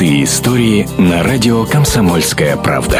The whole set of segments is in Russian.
Простые истории на радио «Комсомольская правда».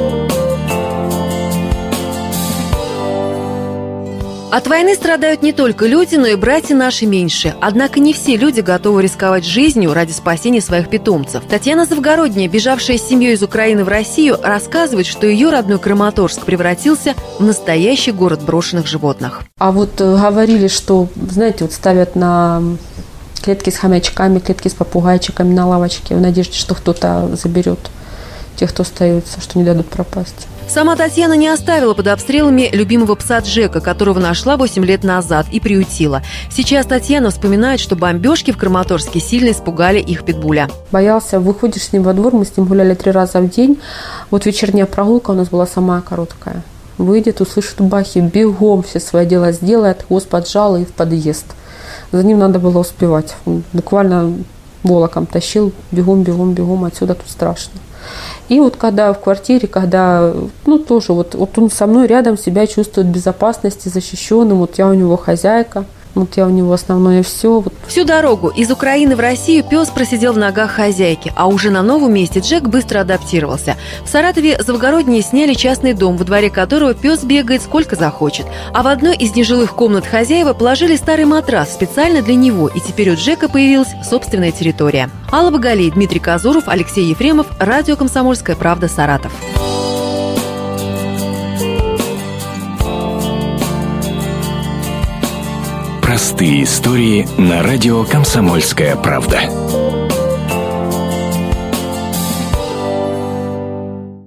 От войны страдают не только люди, но и братья наши меньшие. Однако не все люди готовы рисковать жизнью ради спасения своих питомцев. Татьяна Завгородняя, бежавшая с семьей из Украины в Россию, рассказывает, что ее родной Краматорск превратился в настоящий город брошенных животных. А вот говорили, что, знаете, вот ставят на клетки с хомячками, клетки с попугайчиками на лавочке в надежде, что кто-то заберет тех, кто остается, что не дадут пропасть. Сама Татьяна не оставила под обстрелами любимого пса Джека, которого нашла 8 лет назад и приютила. Сейчас Татьяна вспоминает, что бомбежки в Краматорске сильно испугали их питбуля. Боялся, выходишь с ним во двор, мы с ним гуляли 3 раза в день. Вот вечерняя прогулка у нас была самая короткая. Выйдет, услышит бахи, бегом все свое дело сделает, хвост поджал и в подъезд. За ним надо было успевать. Он буквально волоком тащил, бегом, отсюда тут страшно. И вот когда в квартире, тоже вот он со мной рядом себя чувствует в безопасности, защищенным, вот я у него хозяйка, вот я у него основное все. Всю дорогу из Украины в Россию пес просидел в ногах хозяйки, а уже на новом месте Джек быстро адаптировался. В Саратове Завгородние сняли частный дом, во дворе которого пес бегает сколько захочет. А в одной из нежилых комнат хозяева положили старый матрас специально для него, и теперь у Джека появилась собственная территория. Алла Багалей, Дмитрий Казуров, Алексей Ефремов, радио «Комсомольская правда», Саратов. Простые истории на радио «Комсомольская правда».